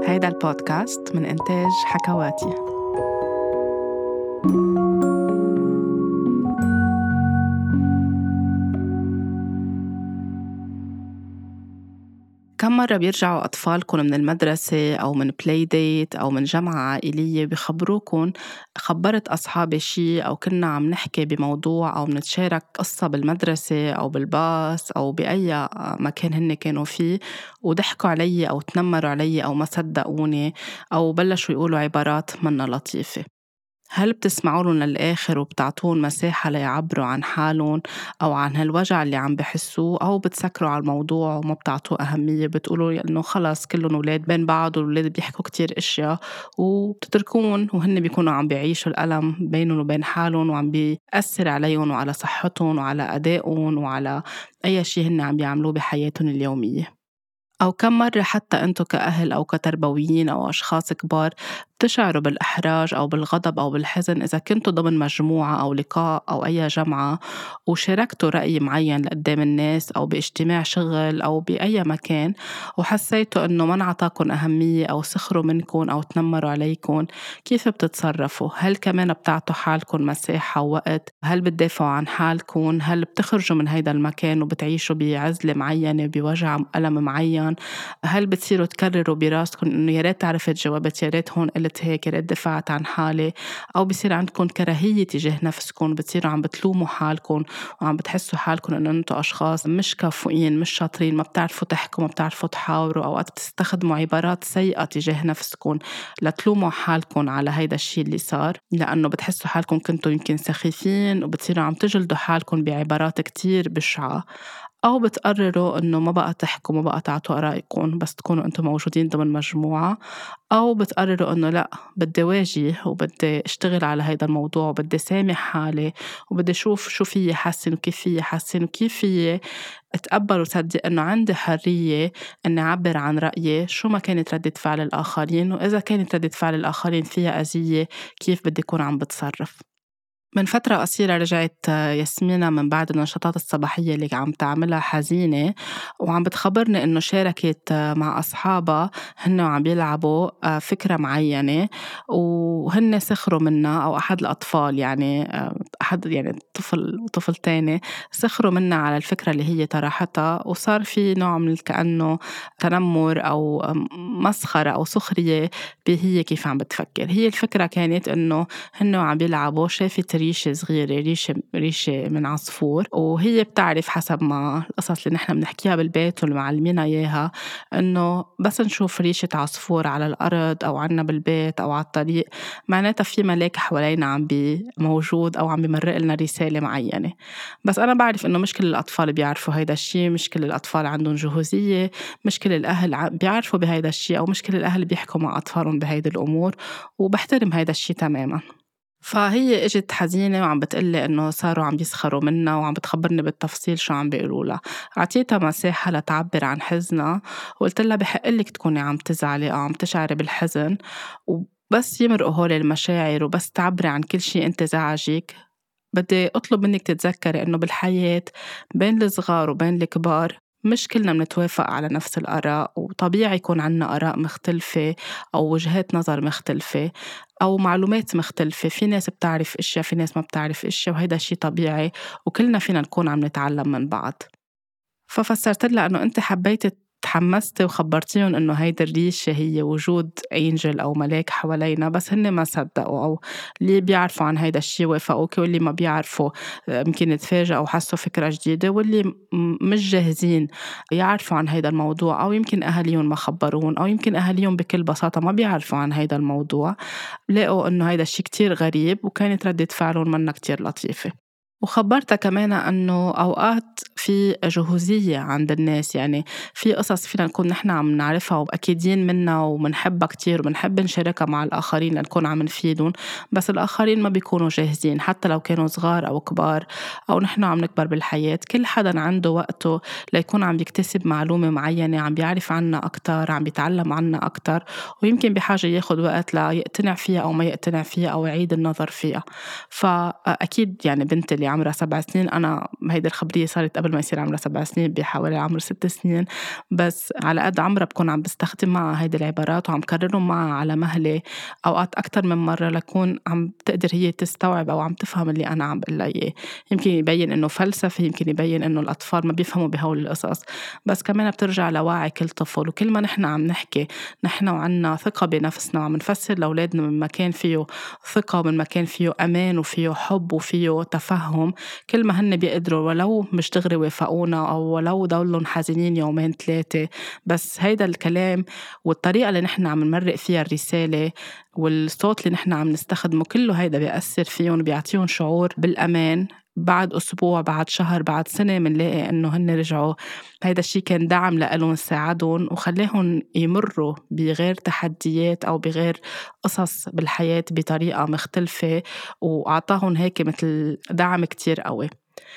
هيدا البودكاست من إنتاج حكواتي. كم مرة بيرجعوا أطفالكم من المدرسة أو من بلاي ديت أو من جمعة عائلية بيخبروكم خبرت أصحابي شي أو كنا عم نحكي بموضوع أو منتشارك قصة بالمدرسة أو بالباص أو بأي مكان هن كانوا فيه وضحكوا علي أو تنمروا علي أو ما صدقوني أو بلشوا يقولوا عبارات منا لطيفة. هل بتسمعوا لهم للآخر وبتعطون مساحة ليعبروا عن حالهم أو عن هالوجع اللي عم بحسوه، أو بتسكروا على الموضوع وما بتعطوه أهمية، بتقولوا إنه خلاص كلهم أولاد بين بعض والولاد بيحكوا كتير أشياء وبتتركون وهن بيكونوا عم بيعيشوا الألم بينهم وبين حالهم وعم بيأثر عليهم وعلى صحتهم وعلى أدائهم وعلى أي شيء هن عم بيعملوه بحياتهم اليومية؟ أو كم مرة حتى أنتو كأهل أو كتربويين أو أشخاص كبار بتشعروا بالإحراج أو بالغضب أو بالحزن إذا كنتوا ضمن مجموعة أو لقاء أو أي جمعة وشاركتوا رأي معين لقدام الناس أو باجتماع شغل أو بأي مكان وحسيتوا أنه ما نعطاكم أهمية أو سخروا منكم أو تنمروا عليكم؟ كيف بتتصرفوا؟ هل كمان بتعطوا حالكم مساحة ووقت؟ هل بتدافعوا عن حالكم؟ هل بتخرجوا من هيدا المكان وبتعيشوا بعزلة معينة بوجع ألم معين؟ هل بتصيروا تكرروا براسكم إنه يا ريت عرفت جوابت، يا ريت هون قلت هيك، يا ريت دفعت عن حالي؟ أو بصير عندكم كراهية تجاه نفسكم، بتصيروا عم بتلوموا حالكم وعم بتحسوا حالكم إنه أنتوا أشخاص مش كفؤين مش شاطرين، ما بتعرفوا تحكوا ما بتعرفوا تحاوروا، أوقات بتستخدموا عبارات سيئة تجاه نفسكم لتلوموا حالكم على هيدا الشيء اللي صار، لأنه بتحسوا حالكم كنتوا يمكن سخيفين وبتصيروا عم تجلدوا حالكم بعبارات كتير بشعة. أو بتقرروا إنه ما بقى تحكوا ما بقى تعطوا آرائكم بس تكونوا أنتم موجودين ضمن مجموعة. أو بتقرروا إنه لأ، بدي واجه وبدي أشتغل على هيدا الموضوع وبدي سامح حالي وبدي أشوف شو فيي حسن وكيف فيي حسن وكيف فيي أتقبل وصدق إنه عندي حرية إني أعبر عن رأيي شو ما كانت ردة فعل الآخرين، وإذا كانت ردة فعل الآخرين فيها أذية كيف بدي أكون عم بتصرف. من فترة قصيرة رجعت ياسمينة من بعد النشاطات الصباحية اللي عم تعملها حزينة وعم بتخبرني إنه شاركت مع أصحابها هن وعم بيلعبوا فكرة معينة وهن سخروا منها، أو أحد الأطفال يعني أحد يعني طفل تاني سخروا منها على الفكرة اللي هي طرحتها، وصار في نوع من كأنه تنمر أو مسخرة أو سخرية بهي كيف عم بتفكر. هي الفكرة كانت إنه هن وعم بيلعبوا شافت ريشة صغيرة، ريشة من عصفور، وهي بتعرف حسب ما القصص اللي نحن بنحكيها بالبيت والمعلمين إياها إنه بس نشوف ريشة عصفور على الأرض أو عنا بالبيت أو على الطريق معناتها في ملاك حوالينا عم موجود أو عم بيمرق لنا رسالة معينة. بس أنا بعرف إنه مش كل الأطفال بيعرفوا هيدا الشيء، مش كل الأطفال عندهم جهوزية، مش كل الأهل بيعرفوا بهيدا الشيء، أو مش كل الأهل بيحكوا مع أطفالهم بهيدا الأمور، وبحترم هيدا الشيء تماماً. فهي اجت حزينة وعم بتقلي إنه صاروا عم يسخروا منها وعم بتخبرني بالتفصيل شو عم بيقولوا لها. عطيتها مساحة لتعبر عن حزنها وقلت لها بحق لك تكوني عم تزعلي أو عم تشعري بالحزن، وبس يمرقوا هول المشاعر وبس تعبري عن كل شيء انت زعجك. بدي أطلب منك تتذكري إنه بالحياة بين الصغار وبين الكبار مش كلنا منتوافق على نفس الآراء، وطبيعي يكون عنا آراء مختلفة أو وجهات نظر مختلفة أو معلومات مختلفة. في ناس بتعرف إشياء في ناس ما بتعرف إشياء، وهيدا الشيء طبيعي وكلنا فينا نكون عم نتعلم من بعض. ففسرت لها إنه أنت حبيتي تحمستي وخبرتيهم إنه هيدا الريشة هي وجود أنجل أو ملاك حوالينا، بس هن ما صدقوا، أو اللي بيعرفوا عن هيدا الشيء وافقوك واللي ما بيعرفوا يمكن يتفاجئوا وحسوا فكرة جديدة، واللي مش جاهزين يعرفوا عن هيدا الموضوع أو يمكن أهاليهم ما خبرون أو يمكن أهاليهم بكل بساطة ما بيعرفوا عن هيدا الموضوع، لقوا إنه هيدا الشيء كتير غريب وكانت ردة فعلهم منا كتير لطيفة. وخبرتها كمان أنه أوقات في جهوزية عند الناس، يعني في قصص فينا نكون نحن عم نعرفها ومأكدين منها ومنحبها كتير ومنحب نشاركها مع الآخرين لنكون عم نفيدهم، بس الآخرين ما بيكونوا جاهزين حتى لو كانوا صغار أو كبار أو نحن عم نكبر بالحياة. كل حدا عنده وقته ليكون عم يكتسب معلومة معينة، عم بيعرف عنها أكتر، عم بيتعلم عنها أكتر، ويمكن بحاجة ياخد وقت لا يقتنع فيها أو ما يقتنع فيها أو يعيد النظر فيها. فأكيد يعني بنت اللي اللي عمرها 7 سنين. أنا هيدي الخبرية صارت قبل ما يصير عمرها 7 سنين، بحوالي عمر 6 سنين، بس على قد عمرها بكون عم بستخدم معها هيدي العبارات وعم كررهم معها على مهلي أوقات أكتر من مرة لكون عم تقدر هي تستوعب أو عم تفهم اللي أنا عم بقلها إياه. يمكن يبين إنه فلسفة، يمكن يبين إنه الأطفال ما بيفهموا بهول القصص، بس كمان بترجع لوعي كل طفل. وكل ما نحن عم نحكي نحن وعنا ثقة بنفسنا وعم نفسر لأولادنا من مكان فيه ثقة ومن مكان فيه أمان وفيه حب وفيه تفهم، كل ما هن بيقدروا ولو مش دغري وافقونا أو ولو ضلوا حزينين يومين 3، بس هيدا الكلام والطريقة اللي نحن عم نمرق فيها الرسالة والصوت اللي نحن عم نستخدمه كله هيدا بيأثر فيهم وبيعطيهم شعور بالأمان. بعد أسبوع، بعد شهر، بعد سنة منلاقي إنه هن رجعوا هيدا الشي كان دعم لإلهم، ساعدهم وخلاهم يمروا بغير تحديات أو بغير قصص بالحياة بطريقة مختلفة، وأعطاهم هيك مثل دعم كتير قوي.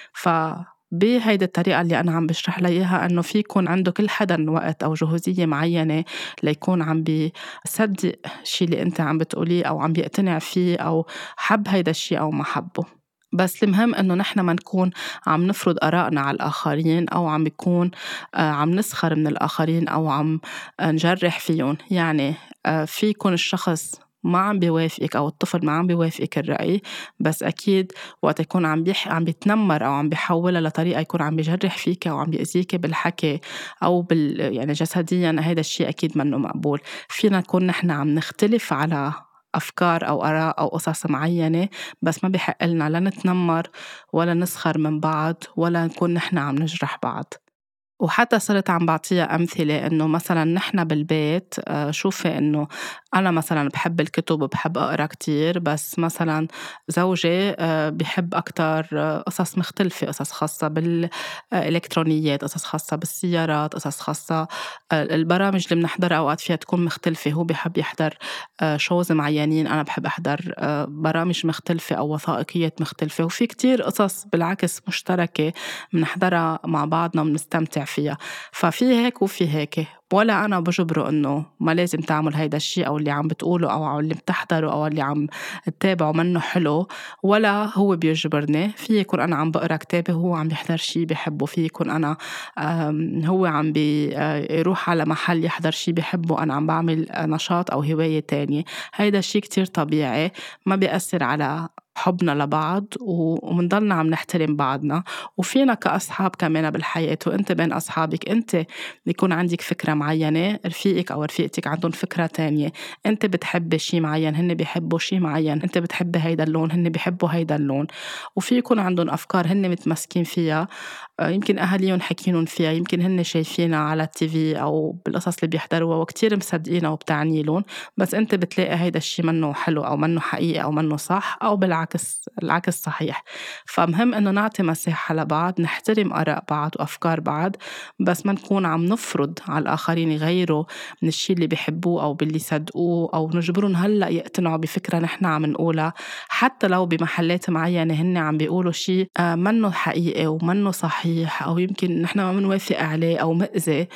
بهيدي الطريقة اللي أنا عم بشرح لها إياها إنه في يكون عنده كل حدا وقت أو جهوزية معينة ليكون عم بيصدق شي اللي أنت عم بتقوليه أو عم بيقتنع فيه أو حب هيدا الشي أو ما حبه. بس المهم إنه نحن ما نكون عم نفرض آرائنا على الآخرين أو عم بيكون عم نسخر من الآخرين أو عم نجرح فيهم. يعني في يكون الشخص ما عم بيوافقك أو الطفل ما عم بيوافقك الرأي، بس أكيد وقت يكون عم بيتنمر أو عم بيحولها لطريقة يكون عم بيجرح فيك أو عم بيأذيك بالحكي أو يعني جسديا، هيدا الشيء أكيد منه مقبول. فينا نكون نحن عم نختلف على أفكار أو آراء أو قصص معينة، بس ما بيحق لنا لا نتنمر ولا نسخر من بعض ولا نكون نحن عم نجرح بعض. وحتى صرت عم بعطيها أمثلة إنه مثلا نحن بالبيت شوفي إنه أنا مثلا بحب الكتب وبحب أقرأ كتير، بس مثلا زوجي بحب أكتر قصص مختلفة، قصص خاصة بالإلكترونيات، قصص خاصة بالسيارات، قصص خاصة البرامج اللي بنحضرها أوقات فيها تكون مختلفة. هو بحب يحضر شوز معينين، أنا بحب أحضر برامج مختلفة أو وثائقيات مختلفة. وفي كتير قصص بالعكس مشتركة بنحضرها مع بعضنا وبنستمتع فيها. ففي هيك وفي هيك، ولا أنا بجبره إنه ما لازم تعمل هيدا الشيء أو اللي عم بتقوله أو اللي بتحضره أو اللي عم تتابعه منه حلو، ولا هو بيجبرني. في يكون أنا عم بقرأ كتابي وهو عم يحضر شيء بيحبه، في يكون أنا هو عم بيروح على محل يحضر شيء بيحبه، أنا عم بعمل نشاط أو هواية تانية. هيدا الشيء كتير طبيعي، ما بيأثر على حبنا لبعض ومنضلنا عم نحترم بعضنا. وفينا كأصحاب كمان بالحياة، وانت بين أصحابك انت يكون عندك فكرة معينة، رفيقك أو رفيقتك عندهم فكرة تانية، انت بتحب شي معين هن بيحبوا شي معين، انت بتحب هيدا اللون هن بيحبوا هيدا اللون. وفي يكون عندهم أفكار هن متمسكين فيها، يمكن أهاليهم حكينهم فيها، يمكن هن شايفينها على التيفي أو بالقصص اللي بيحضروها وكتير مصدقينها وبتعني لهم، بس أنت بتلاقي هيدا الشي منه حلو أو منه حقيقي أو منه صح أو العكس صحيح. فمهم إنه نعطي مساحة لبعض، نحترم آراء بعض وأفكار بعض، بس ما نكون عم نفرض على الآخرين يغيروا من الشي اللي بيحبوه أو باللي صدقوه أو نجبرهم هلأ يقتنعوا بفكرة نحن عم نقولها، حتى لو بمحلات معينة هن عم بيقولوا شي منه حقيقي ومنه صحيح أو يمكن نحن ما منوافق عليه أو مأذي.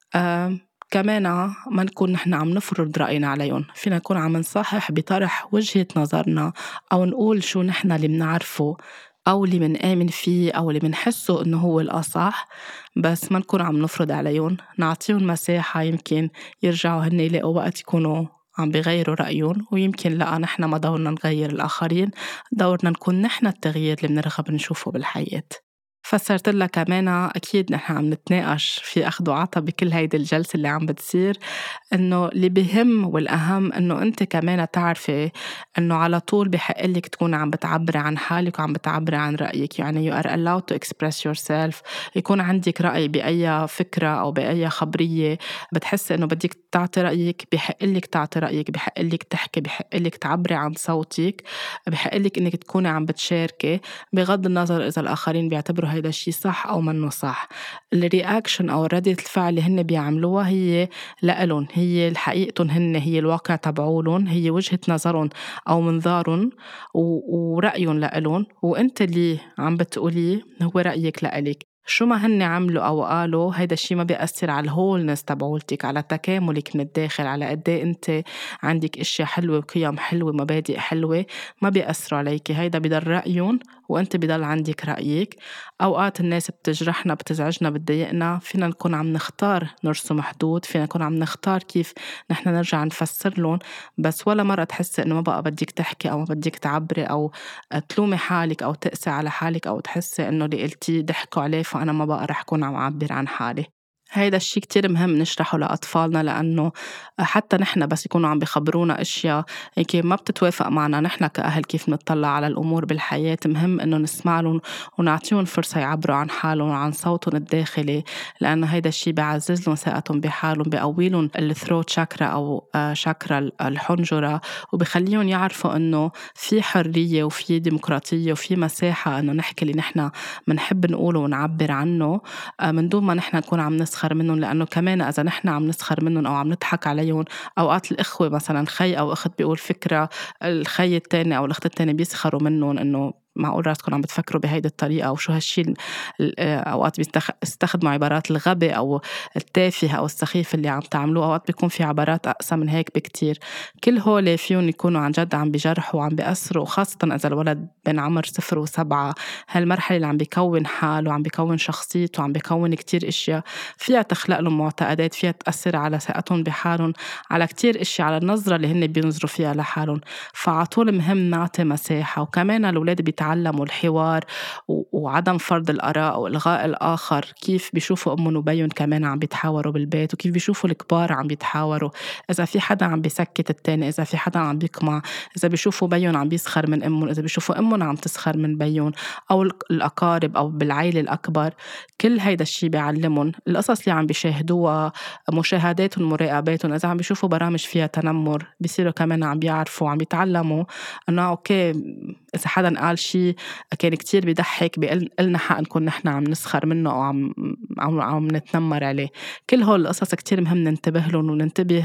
كمان ما نكون نحن عم نفرض رأينا عليهم، فينا نكون عم نصحح بطرح وجهة نظرنا أو نقول شو نحن اللي منعرفه أو اللي منآمن فيه أو اللي منحسه إنه هو الأصح، بس ما نكون عم نفرض عليهم. نعطيهم مساحة، يمكن يرجعوا هن يلاقوا وقت يكونوا عم بيغيروا رأيهم، ويمكن لا نحن ما دورنا نغير الآخرين، دورنا نكون نحن التغيير اللي بنرغب نشوفه بالحياة. فسرت لها كمان أكيد نحن عم نتناقش في أخذ وعطا بكل هيدي الجلسة اللي عم بتصير، إنه اللي بهم والأهم إنه أنت كمان تعرفي إنه على طول بحق لك تكون عم بتعبري عن حالك وعم بتعبري عن رأيك. يعني you are allowed to express yourself. يكون عندك رأي بأي فكرة أو بأي خبرية بتحس إنه بدك تعطي رأيك، بحق لك تعطي رأيك، بحق لك تحكي، بحق لك تعبري عن صوتك، بحق لك إنك تكوني عم بتشاركي بغض النظر إذا الآخرين بيعتبروا هيدا الشي صح أو منه صح. الرياكشن أو ردة الفعل اللي هن بيعملوها هي لألون، هي حقيقتهم، هي الواقع تبعولن، هي وجهة نظرهم أو منظارهم ورأيهم لألون، وأنت اللي عم بتقوليه هو رأيك لألك. شو ما هن عملوا أو قالوا هيدا الشي ما بيأثر على الهولنس تبعولتك، على تكاملك من الداخل، على قديه أنت عندك إشياء حلوة وقيم حلوة مبادئ حلوة، ما بيأثروا عليك. هيدا بضل رأيهم وأنت بضل عندك رأيك. أوقات الناس بتجرحنا بتزعجنا بتضايقنا، فينا نكون عم نختار نرسم حدود، فينا نكون عم نختار كيف نحن نرجع نفسر لهم، بس ولا مرة تحسي إنه ما بقى بدك تحكي أو ما بدك تعبري أو تلومي حالك أو تقسي على حالك أو تحسي إنه اللي قلتيه ضحكوا عليه فأنا ما بقى رح كون عم أعبر عن حالي. هيدا الشي كتير مهم نشرحه لأطفالنا، لأنه حتى نحن بس يكونوا عم بيخبرونا أشياء يمكن ما بتتوافق معنا نحن كأهل كيف نطلع على الأمور بالحياة، مهم إنه نسمع لهم ونعطيهم فرصة يعبروا عن حالهم وعن صوتهم الداخلي، لأنه هيدا الشي بيعزز لهم ثقتهم بحالهم، بيقوي لهم الثروت شاكرا أو شاكرا الحنجرة، وبخليهم يعرفوا إنه في حرية وفي ديمقراطية وفي مساحة إنه نحكي اللي نحن منحب نقوله ونعبر عنه من دون ما نحن نكون عم نسخر منهم. لأنه كمان إذا نحن عم نسخر منهم أو عم نضحك عليهم، أوقات الإخوة مثلا خي أو أخت بيقول فكرة، الخي التاني أو الأخت التاني بيسخروا منهم إنه معقول راسكم عم بتفكروا بهيدي الطريقة أو شو هالشي. أوقات بيستخدموا عبارات الغبي أو التافهة أو السخيف اللي عم تعملوه، أوقات بيكون في عبارات أقسى من هيك بكتير. كل هول فيهم يكونوا عن جد عم بيجرحوا وعم بيأثروا، خاصة إذا الولد بين عمر 0 و7، هالمرحلة اللي عم بيكون حاله وعم بيكون شخصيته وعم بيكون كتير إشياء فيها تخلق لهم معتقدات، فيها تأثر على ثقتهم بحالهم، على كتير إشياء، على النظرة اللي هن بينظروا فيها لحالهم. فعطول مهم نعطي مساحة. وكمان الأولاد بيتعلموا الحوار وعدم فرض الآراء وإلغاء الآخر، كيف بيشوفوا أمهم وبيهم كمان عم بيتحاوروا بالبيت، وكيف بيشوفوا الكبار عم بيتحاوروا، إذا في حدا عم بيسكت التاني، إذا في حدا عم بيقمع، إذا بيشوفوا بيهم عم بيسخر من أمهم، إذا بيشوفوا أمهم عم تسخر من بيهم، أو الأقارب أو بالعيلة الأكبر. كل هيدا الشي بيعلمهم القصص اللي عم بيشاهدوها، مشاهداتهم مراقباتهم، إذا عم بيشوفوا برامج فيها تنمر بيصيروا كمان عم بيعرفوا عم بيتعلموا إنه أوكي إذا حدا قال شي كان كتير بيضحك بقلنا حق نكون نحن عم نسخر منه أو عم نتنمر عليه. كل هول القصص كتير مهم ننتبه لهم وننتبه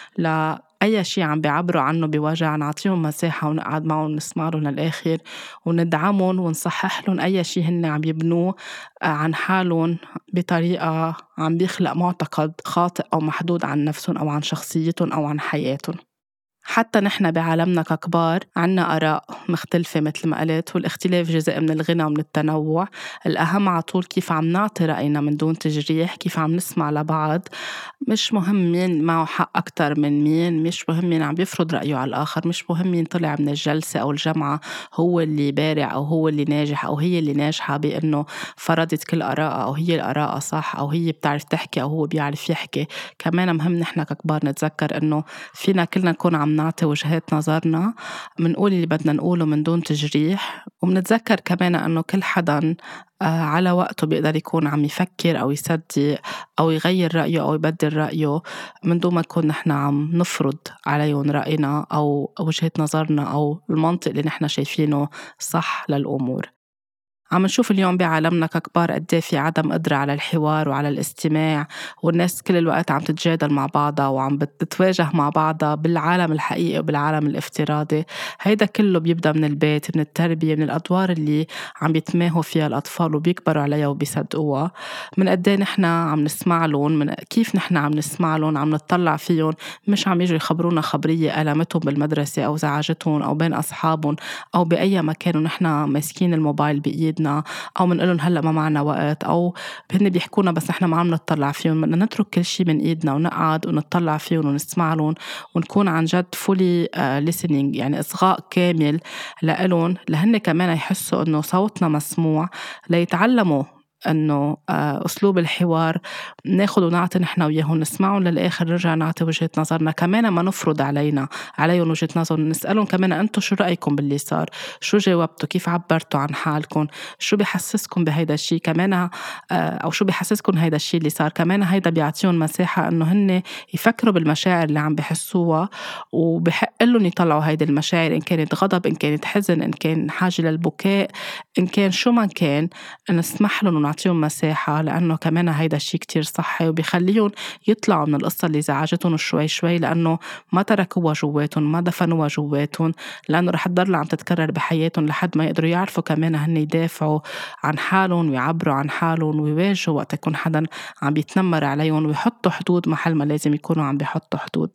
أي شيء عم بيعبروا عنه بوجع، نعطيهم مساحة ونقعد معهم ونسمع لهم للآخر وندعمهم ونصحح لهم أي شيء هن عم يبنوه عن حالهم بطريقة عم بيخلق معتقد خاطئ أو محدود عن نفسهم أو عن شخصيتهم أو عن حياتهم. حتى نحن بعالمنا ككبار عنا آراء مختلفة مثل ما قلت، والاختلاف جزء من الغنى ومن التنوع. الأهم عطول كيف عم نعطي رأينا من دون تجريح، كيف عم نسمع لبعض، مش مهم مين معه حق أكتر من مين، مش مهم مين عم بيفرض رأيه على الآخر، مش مهم مين طلع من الجلسة أو الجمعة هو اللي بارع أو هو اللي ناجح أو هي اللي ناجحة بأنه فرضت كل آراء أو هي الآراء صح أو هي بتعرف تحكي أو هو بيعرف يحكي. كمان مهم نحن ككبار نتذكر أنه فينا كلنا نكون عم نعطي وجهات نظرنا، منقول اللي بدنا نقوله من دون تجريح، ومنتذكر كمان أنه كل حدا على وقته بيقدر يكون عم يفكر أو يصدق أو يغير رأيه أو يبدل رأيه من دون ما نكون نحن عم نفرض عليهم رأينا أو وجهة نظرنا أو المنطق اللي نحن شايفينه صح للأمور. عم نشوف اليوم بعالمنا ككبار قد في عدم قدرة على الحوار وعلى الاستماع، والناس كل الوقت عم تتجادل مع بعضها وعم بتتواجه مع بعضها بالعالم الحقيقي وبالعالم الافتراضي. هيدا كله بيبدأ من البيت، من التربية، من الأدوار اللي عم بيتماهوا فيها الأطفال وبيكبروا عليها وبيصدقوها. من قد ايه نحن عم نسمع لهم، من كيف نحن عم نسمع لهم، عم نطلع فيهم، مش عم يجوا يخبرونا خبرية ألمتهم بالمدرسة أو زعجتهم أو بين أصحابهم أو بأي مكان ونحن ماسكين الموبايل بإيدنا أو منقلن هلأ ما معنا وقت، أو هن بيحكونا بس نحن ما عم نطلع فيهم. بدنا نترك كل شي من إيدنا ونقعد ونطلع فيهم ونسمع لهم ونكون عن جد fully listening، يعني إصغاء كامل لإلهم، لهن كمان يحسوا إنه صوتنا مسموع، ليتعلموا أنه أسلوب الحوار ناخد ونعطي نحن وياهم، نسمعهم للآخر، نرجع نعطي وجهة نظرنا، كمان ما نفرض عليهم وجهة نظر، نسألهم كمان أنتوا شو رأيكم باللي صار، شو جاوبتوا، كيف عبرتوا عن حالكم، شو بيحسسكم بهيدا الشي كمان أو شو بيحسسكم هيدا الشي اللي صار. كمان هيدا بيعطيهم مساحة أنه هن يفكروا بالمشاعر اللي عم بحسوها، وبحق لهم يطلعوا هيدا المشاعر، إن كانت غضب، إن كانت حزن، إن كان حاجة للبكاء، إن كان شو ما كان، نسمح لهم ونعطيهم مساحة، لأنه كمان هيدا الشي كتير صحي وبيخليهم يطلعوا من القصة اللي زعجتهم شوي شوي، لأنه ما تركوها جواتهم، ما دفنوها جواتهم، لأنه رح تضل عم تتكرر بحياتهم لحد ما يقدروا يعرفوا كمان هن يدافعوا عن حالهم ويعبروا عن حالهم ويواجهوا وقت يكون حدا عم بيتنمر عليهم، ويحطوا حدود محل ما لازم يكونوا عم بيحطوا حدود.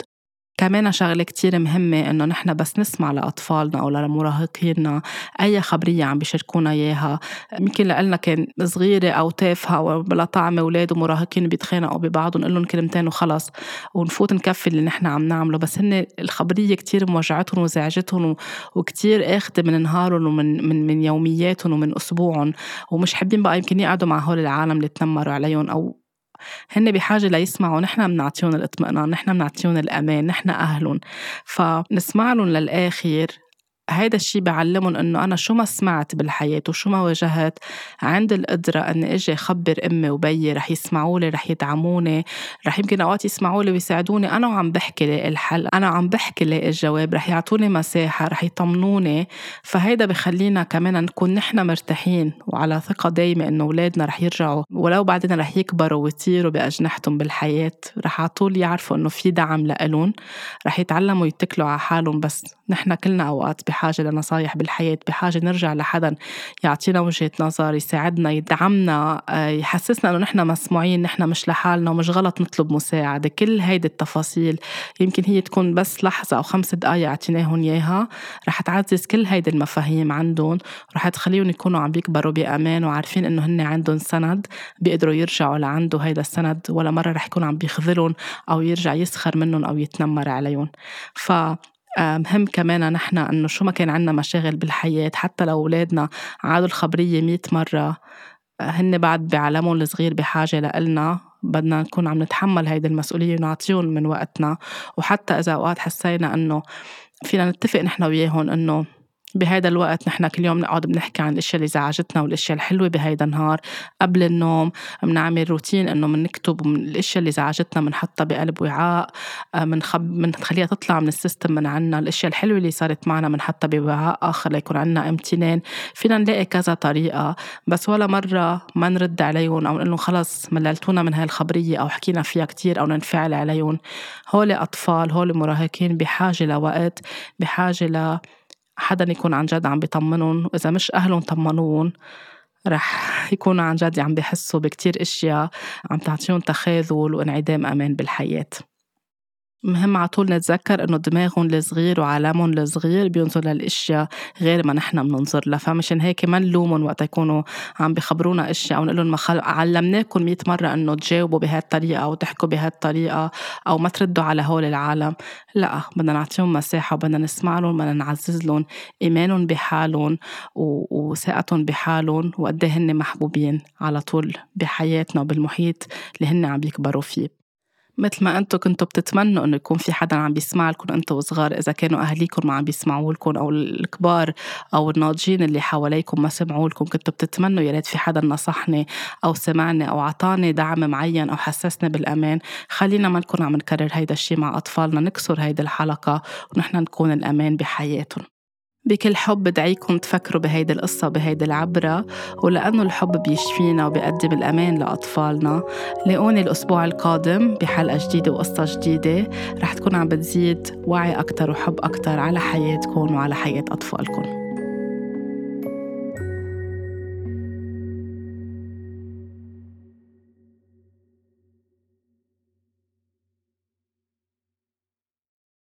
كمان شغلة كتير مهمة إنه نحن بس نسمع لأطفالنا أو لمراهقينا أي خبرية عم بيشاركونا إياها، يمكن لإلنا كان صغيرة أو تافهة أو بلا طعمة، أولاد ومراهقين بيتخانقوا ببعض ونقول لهم كلمتين وخلص ونفوت نكفي اللي نحن عم نعمله، بس هن الخبرية كتير موجعتهم وزعجتهم وكتير آخدة من نهارهم ومن من يومياتهم ومن أسبوعهم، ومش حابين بقى يمكن يقعدوا مع هول العالم اللي تنمروا عليهم، أو هن بحاجة ليسمعوا. نحن منعطيهم الاطمئنان، نحن منعطيهم الأمان، نحن أهلهم، فنسمع لهم للآخر. هيدا الشي بيعلمهم إنه أنا شو ما سمعت بالحياة وشو ما واجهت عندي القدرة أني أجي أخبر أمي وبيي، رح يسمعولي، رح يدعموني، رح يمكن أوقات يسمعولي ويساعدوني. أنا وعم بحكي لاقي الحل، أنا عم بحكي لاقي الجواب، رح يعطوني مساحة، رح يطمنوني. فهيدا بخلينا كمان نكون نحن مرتاحين وعلى ثقة دايمة إنه أولادنا رح يرجعوا، ولو بعدين رح يكبروا ويطيروا بأجنحتهم بالحياة، رح عطول يعرفوا إنه في دعم لإلهم، رح يتعلموا يتكلوا على حالهم. بس نحن كلنا أوقات بحاجة لنصايح بالحياة، بحاجة نرجع لحدا يعطينا وجهة نظر، يساعدنا، يدعمنا، يحسسنا أنه نحن مسموعين، نحن مش لحالنا ومش غلط نطلب مساعدة. كل هيدي التفاصيل يمكن هي تكون بس لحظة أو 5 دقايق عطيناهم إياها، رح تعزز كل هيدي المفاهيم عندهم، رح تخليهم يكونوا عم بيكبروا بأمان وعارفين أنه هن عندهم سند بيقدروا يرجعوا لعنده. هيدا السند ولا مرة رح يكون عم بيخذلهم أو يرجع يسخر منهم أو يتنمر عليهم. مهم كمان نحن أنه شو ما كان عنا مشاغل بالحياة، حتى لو أولادنا عادوا الخبرية 100 مرة، هن بعد بعالمهم الصغير بحاجة لإلنا. بدنا نكون عم نتحمل هيدي المسؤولية ونعطيهم من وقتنا. وحتى إذا أوقات حسينا أنه فينا نتفق نحن وياهم أنه بهيدا الوقت نحن كل يوم نقعد بنحكي عن الاشياء اللي زعجتنا والاشياء الحلوة بهيدا النهار قبل النوم، بنعمل روتين انه بنكتب من الاشياء اللي زعجتنا بنحطها بقلب وعاء، بنخليها تطلع من السيستم من عنا. الاشياء الحلوة اللي صارت معنا بنحطها بوعاء اخر ليكون عنا امتنان. فينا نلاقي كذا طريقة، بس ولا مرة ما نرد عليهم او نقول لهم خلص مللتونا من هاي الخبرية او حكينا فيها كتير او ننفعل عليهم. هول اطفال، هول مراهقين بحاجة لوقت، بحاجة حدا يكون عن جد عم بيطمنون، وإذا مش أهلهم طمنون رح يكونوا عن جد عم بيحسوا بكتير إشياء عم تعطيهم تخاذل وانعدام أمان بالحياة. مهم عطول نتذكر إنه دماغهم الصغير وعالمهم الصغير بينظر للأشياء غير ما نحن بننظر لها، فمشان هيك ما نلومهم وقت يكونوا عم بيخبرونا أشياء أو نقول لهم علمناكم 100 مرة إنه تجاوبوا بهالطريقة أو تحكوا بهالطريقة أو ما تردوا على هول العالم. لا، بدنا نعطيهم مساحة وبدنا نسمع لهم، بدنا نعزز لهم إيمانهم بحالهم وثقتهم بحالهم وقد إيه هن محبوبين على طول بحياتنا وبالمحيط اللي هن عم بيكبروا فيه. مثل ما أنتوا كنتوا بتتمنوا إنه يكون في حدا عم بيسمع لكم أنتوا وصغار، إذا كانوا أهليكم ما عم بيسمعوا لكم أو الكبار أو الناضجين اللي حواليكم ما سمعوا لكم، كنتوا بتتمنوا يا ريت في حدا نصحني أو سمعني أو عطاني دعم معين أو حسسني بالأمان. خلينا ما نكون عم نكرر هيدا الشي مع أطفالنا، نكسر هيدا الحلقة ونحن نكون الأمان بحياتهم. بكل حب بدعيكم تفكروا بهيدي القصة وبهيدي العبرة، ولأنه الحب بيشفينا وبيقدم الأمان لأطفالنا. لاقوني الأسبوع القادم بحلقة جديدة وقصة جديدة رح تكون عم بتزيد وعي أكتر وحب أكتر على حياتكم وعلى حياة أطفالكم.